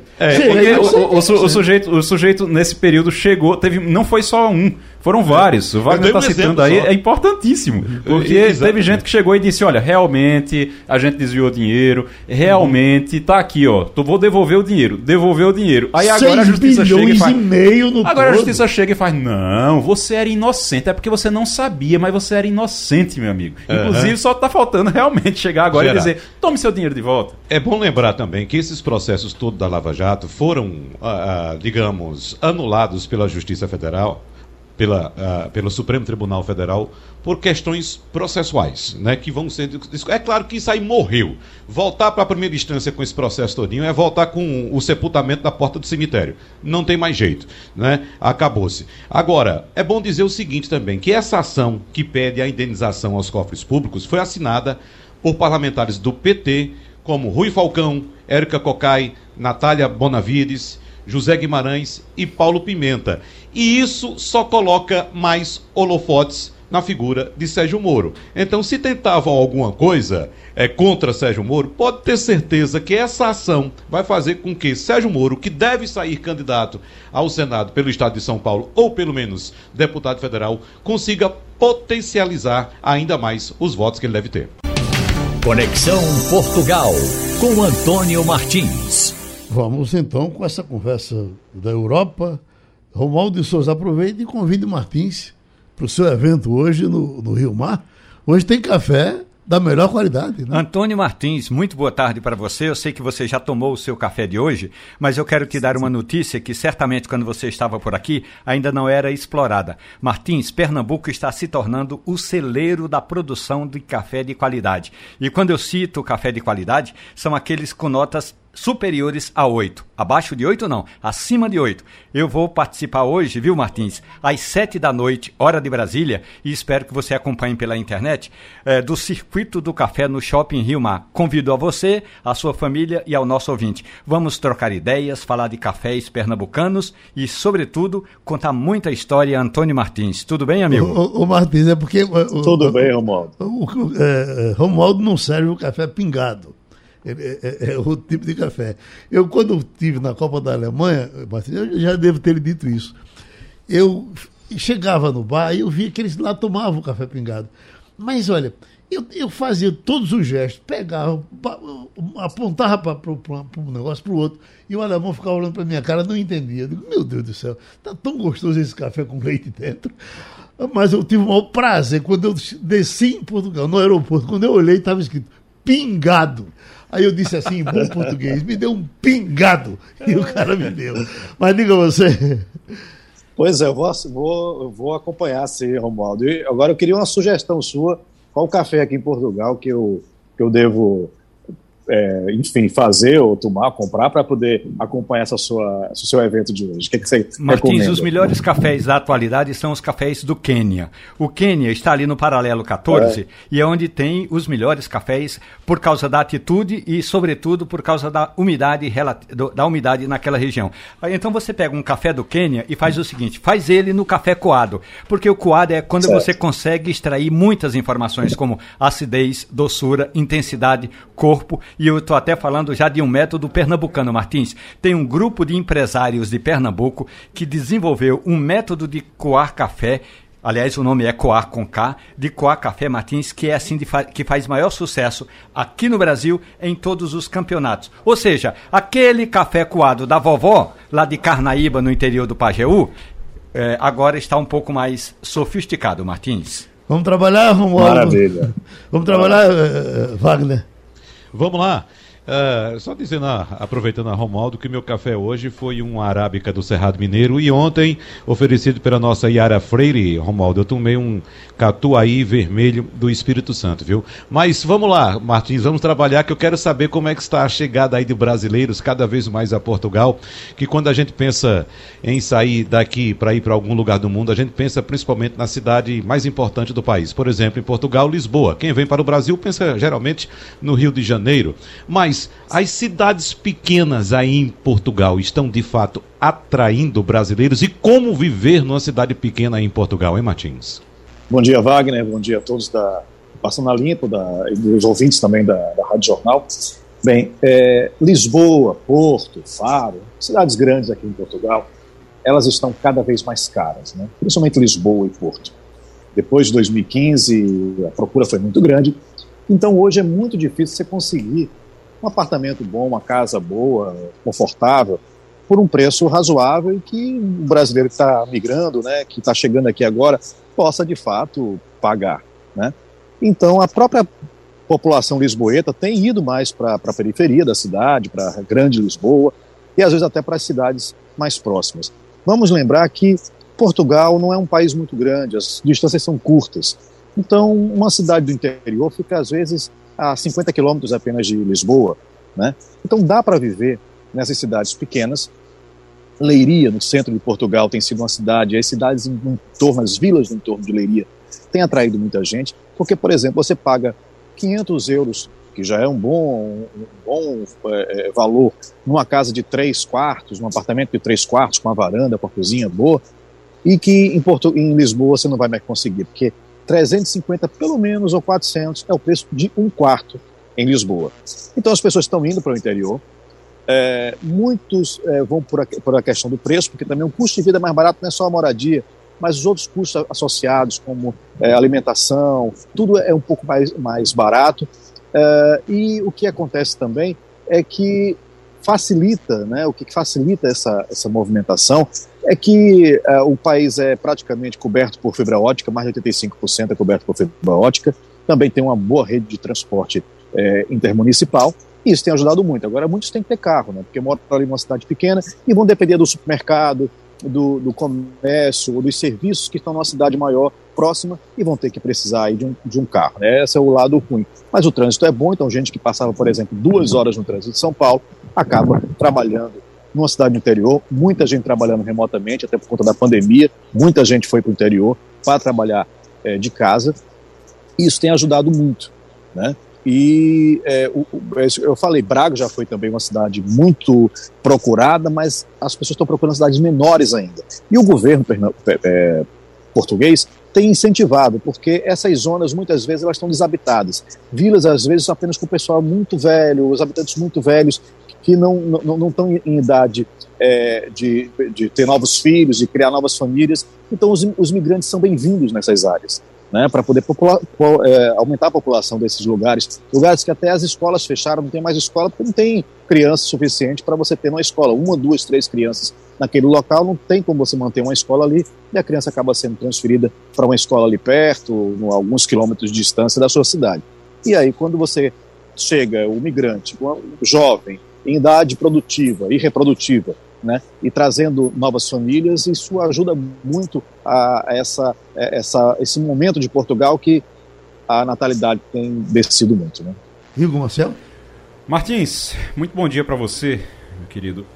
Porque o sujeito, nesse período, chegou, não foi só um, foram vários. O Wagner está citando aí, é importantíssimo. Porque teve gente que chegou e disse, olha, realmente, a gente desviou dinheiro, realmente, tá aqui, ó, vou devolver o dinheiro. Devolveu o dinheiro. Aí agora a justiça chega e faz... Agora a justiça chega e faz, não, você era inocente, é porque você não sabia, mas você era inocente, meu amigo. Inclusive, só tá faltando realmente chegar agora e dizer, tome seu dinheiro de volta. É bom lembrar também que esses processos todos da Lava Jato foram, digamos, anulados pela Justiça Federal, pelo Supremo Tribunal Federal, por questões processuais, né, que vão ser... É claro que isso aí morreu. Voltar para a primeira instância com esse processo todinho é voltar com o sepultamento da porta do cemitério. Não tem mais jeito, né? Acabou-se. Agora, é bom dizer o seguinte também, que essa ação que pede a indenização aos cofres públicos foi assinada por parlamentares do PT, como Rui Falcão, Érica Cocai, Natália Bonavides, José Guimarães e Paulo Pimenta. E isso só coloca mais holofotes na figura de Sérgio Moro. Então, se tentavam alguma coisa contra Sérgio Moro, pode ter certeza que essa ação vai fazer com que Sérgio Moro, que deve sair candidato ao Senado pelo estado de São Paulo, ou pelo menos deputado federal, consiga potencializar ainda mais os votos que ele deve ter. Conexão Portugal, com Antônio Martins. Vamos então com essa conversa da Europa. Romualdo de Souza, aproveite e convide Martins para o seu evento hoje no Rio Mar. Hoje tem café da melhor qualidade, né? Antônio Martins, muito boa tarde para você. Eu sei que você já tomou o seu café de hoje, mas eu quero te dar uma notícia que certamente quando você estava por aqui ainda não era explorada. Martins, Pernambuco está se tornando o celeiro da produção de café de qualidade. E quando eu cito café de qualidade, são aqueles com notas superiores a 8. Abaixo de 8 não, acima de 8. Eu vou participar hoje, viu, Martins, às 7 da noite, hora de Brasília, e espero que você acompanhe pela internet, do Circuito do Café no Shopping Rio Mar. Convido a você, a sua família e ao nosso ouvinte. Vamos trocar ideias, falar de cafés pernambucanos e, sobretudo, contar muita história. Antônio Martins. Tudo bem, amigo? O Martins, é porque... Tudo bem, Romualdo. Romualdo não serve o café pingado. É outro tipo de café. Eu, quando estive na Copa da Alemanha, eu já devo ter dito isso, eu chegava no bar e eu via que eles lá tomavam café pingado. Mas, olha, eu fazia todos os gestos, pegava, apontava para um negócio, para o outro, e o alemão ficava olhando para minha cara, não entendia. Eu digo, meu Deus do céu, tá tão gostoso esse café com leite dentro. Mas eu tive o maior prazer, quando eu desci em Portugal, no aeroporto, quando eu olhei, estava escrito pingado. Aí eu disse assim, em bom português, me deu um pingado. E o cara me deu. Mas diga você. Pois é, eu vou acompanhar, sim, Romualdo. E agora eu queria uma sugestão sua. Qual o café aqui em Portugal que eu devo, enfim, fazer ou tomar, comprar, para poder acompanhar esse seu evento de hoje? O que você Martins, recomenda? os melhores cafés da atualidade são os cafés do Quênia. O Quênia está ali no paralelo 14 e é onde tem os melhores cafés por causa da altitude e, sobretudo, por causa da umidade naquela região. Então você pega um café do Quênia e faz o seguinte, faz ele no café coado, porque o coado é quando você consegue extrair muitas informações como acidez, doçura, intensidade, corpo. E eu estou até falando já de um método pernambucano, Martins. Tem um grupo de empresários de Pernambuco que desenvolveu um método de coar café, aliás, o nome é coar com K, de coar café, Martins, que é assim que faz maior sucesso aqui no Brasil em todos os campeonatos. Ou seja, aquele café coado da vovó, lá de Carnaíba, no interior do Pajeú, agora está um pouco mais sofisticado, Martins. Vamos trabalhar, Romualdo? Maravilha. Vamos trabalhar, Wagner? Vamos lá. Só dizendo, aproveitando a Romualdo, que meu café hoje foi um arábica do Cerrado Mineiro e ontem, oferecido pela nossa Yara Freire, Romualdo, eu tomei um catuaí vermelho do Espírito Santo, viu? Mas vamos lá, Martins, vamos trabalhar, que eu quero saber como é que está a chegada aí de brasileiros cada vez mais a Portugal, que quando a gente pensa em sair daqui para ir para algum lugar do mundo, a gente pensa principalmente na cidade mais importante do país. Por exemplo, em Portugal, Lisboa. Quem vem para o Brasil pensa geralmente no Rio de Janeiro. Mas as cidades pequenas aí em Portugal estão de fato atraindo brasileiros? E como viver numa cidade pequena aí em Portugal, hein, Martins? Bom dia, Wagner. Bom dia a todos da Passando a Limpo, e dos ouvintes também da Rádio Jornal. Bem, Lisboa, Porto, Faro, cidades grandes aqui em Portugal, elas estão cada vez mais caras, né? Principalmente Lisboa e Porto. Depois de 2015, a procura foi muito grande. Então, hoje é muito difícil você conseguir um apartamento bom, uma casa boa, confortável, por um preço razoável e que o brasileiro que está migrando, né, que está chegando aqui agora, possa de fato pagar, né? Então a própria população lisboeta tem ido mais para a periferia da cidade, para a grande Lisboa e às vezes até para as cidades mais próximas. Vamos lembrar que Portugal não é um país muito grande, as distâncias são curtas. Então uma cidade do interior fica às vezes a 50 quilômetros apenas de Lisboa, né? Então dá para viver nessas cidades pequenas. Leiria, no centro de Portugal, tem sido uma cidade, as cidades em torno, as vilas em torno de Leiria, tem atraído muita gente, porque, por exemplo, você paga 500 euros, que já é um bom valor, numa casa de 3 quartos, num apartamento de 3 quartos, com uma varanda, com a cozinha boa, e que em Lisboa você não vai mais conseguir, porque 350 pelo menos ou 400 é o preço de um quarto em Lisboa. Então as pessoas estão indo para o interior. Muitos vão por a questão do preço, porque também o custo de vida é mais barato, não é só a moradia, mas os outros custos associados, como alimentação, tudo é um pouco mais barato. E o que acontece também é que facilita, né, o que facilita essa movimentação é que o país é praticamente coberto por fibra ótica, mais de 85% é coberto por fibra ótica, também tem uma boa rede de transporte intermunicipal, e isso tem ajudado muito. Agora, muitos têm que ter carro, né, porque moram ali numa cidade pequena e vão depender do supermercado, do comércio ou dos serviços que estão numa cidade maior, próxima, e vão ter que precisar aí de um carro, né? Esse é o lado ruim. Mas o trânsito é bom, então gente que passava, por exemplo, 2 horas no trânsito de São Paulo, acaba trabalhando numa cidade do interior, muita gente trabalhando remotamente, até por conta da pandemia, muita gente foi para o interior para trabalhar de casa, e isso tem ajudado muito, né? E eu falei, Braga já foi também uma cidade muito procurada, mas as pessoas estão procurando cidades menores ainda. E o governo português tem incentivado, porque essas zonas muitas vezes elas estão desabitadas. Vilas às vezes apenas com o pessoal muito velho, os habitantes muito velhos que não estão em idade de ter novos filhos, de criar novas famílias. Então os migrantes são bem-vindos nessas áreas, né, para poder aumentar a população desses lugares que até as escolas fecharam, não tem mais escola porque não tem criança suficiente para você ter uma escola, 1, 2, 3 crianças naquele local, não tem como você manter uma escola ali, e a criança acaba sendo transferida para uma escola ali perto, a alguns quilômetros de distância da sua cidade. E aí quando você chega, o migrante, o jovem, em idade produtiva e reprodutiva, né, e trazendo novas famílias, isso ajuda muito a esse momento de Portugal que a natalidade tem descido muito, né? Igor Marcelo? Martins, muito bom dia para você, meu querido.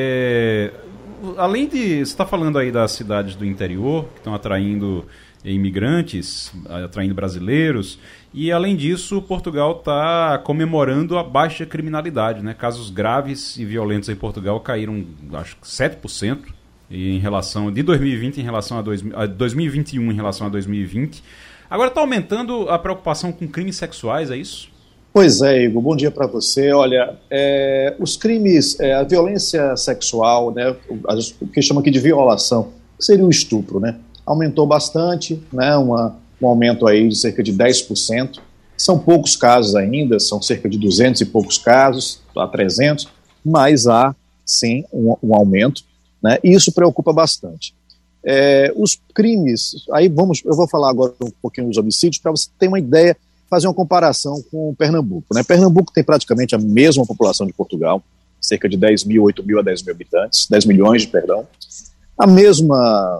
Além de... Você está falando aí das cidades do interior, que estão atraindo imigrantes, atraindo brasileiros, e além disso, Portugal está comemorando a baixa criminalidade, né? Casos graves e violentos em Portugal caíram, acho que 7% em relação de 2020 em relação a 2021 em relação a 2020. Agora está aumentando a preocupação com crimes sexuais, é isso? Pois é, Igor, bom dia para você. Olha, os crimes, a violência sexual, né, o que chama aqui de violação, seria o estupro, né? Aumentou bastante, né, um aumento aí de cerca de 10%. São poucos casos ainda, são cerca de 200 e poucos casos, a 300, mas há, sim, um aumento, né, e isso preocupa bastante. Os crimes, aí eu vou falar agora um pouquinho dos homicídios, para você ter uma ideia, fazer uma comparação com Pernambuco, né? Pernambuco tem praticamente a mesma população de Portugal, cerca de 10 mil, 8 mil a 10 mil habitantes, 10 milhões, perdão, a mesma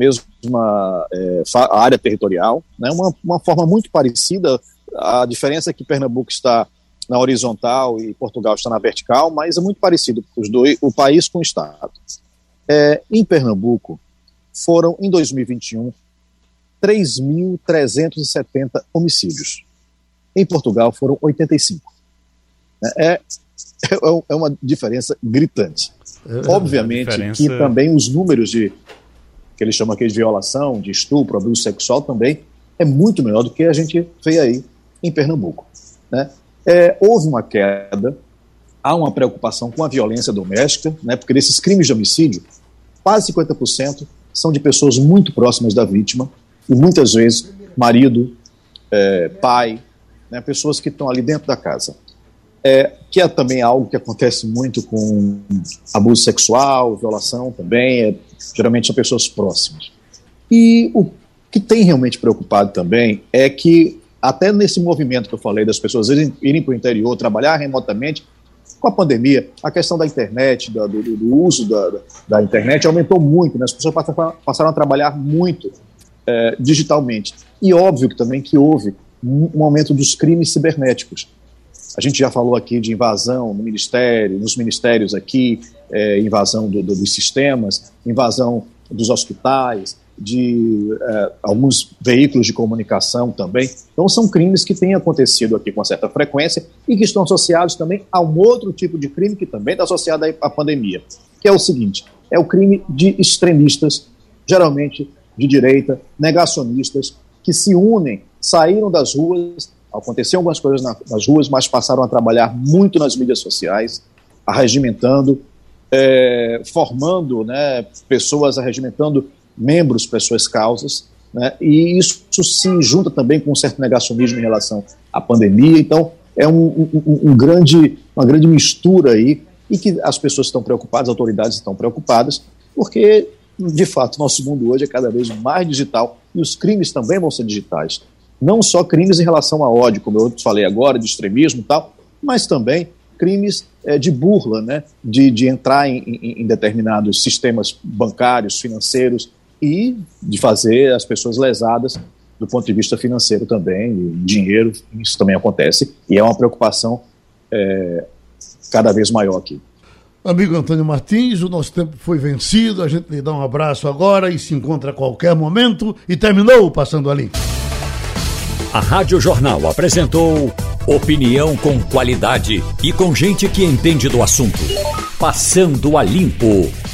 área territorial, né? Uma forma muito parecida. A diferença é que Pernambuco está na horizontal e Portugal está na vertical, mas é muito parecido o país com o estado. Em Pernambuco foram, em 2021, 3.370 homicídios. Em Portugal foram 85. É uma diferença gritante. Obviamente que também os números que eles chamam aqui de violação, de estupro, abuso sexual também é muito menor do que a gente vê aí em Pernambuco, né? Houve uma queda, há uma preocupação com a violência doméstica, né? Porque desses crimes de homicídio, quase 50% são de pessoas muito próximas da vítima, e muitas vezes marido, pai, né? Pessoas que estão ali dentro da casa. Que é também algo que acontece muito com abuso sexual, violação também, geralmente são pessoas próximas. E o que tem realmente preocupado também é que, até nesse movimento que eu falei das pessoas irem para o interior, trabalhar remotamente, com a pandemia, a questão da internet, do uso da internet aumentou muito, né? As pessoas passaram a trabalhar muito digitalmente. E óbvio que também que houve um aumento dos crimes cibernéticos. A gente já falou aqui de invasão nos ministérios aqui, invasão dos sistemas, invasão dos hospitais, de alguns veículos de comunicação também. Então são crimes que têm acontecido aqui com certa frequência e que estão associados também a um outro tipo de crime que também está associado à pandemia, que é o seguinte, é o crime de extremistas, geralmente de direita, negacionistas, que se unem, saíram das ruas, aconteceram algumas coisas nas ruas, mas passaram a trabalhar muito nas mídias sociais, arregimentando, formando, né, pessoas, arregimentando membros para suas causas, né, e isso se junta também com um certo negacionismo em relação à pandemia. Então é uma grande mistura aí, e que as pessoas estão preocupadas, as autoridades estão preocupadas, porque de fato nosso mundo hoje é cada vez mais digital e os crimes também vão ser digitais. Não só crimes em relação a ódio, como eu falei agora, de extremismo e tal, mas também crimes de burla, né? de entrar em determinados sistemas bancários, financeiros, e de fazer as pessoas lesadas do ponto de vista financeiro também, e dinheiro, isso também acontece, e é uma preocupação cada vez maior aqui. Amigo Antônio Martins, o nosso tempo foi vencido, a gente lhe dá um abraço agora e se encontra a qualquer momento, e terminou o Passando a Limpo. A Rádio Jornal apresentou opinião com qualidade e com gente que entende do assunto. Passando a Limpo.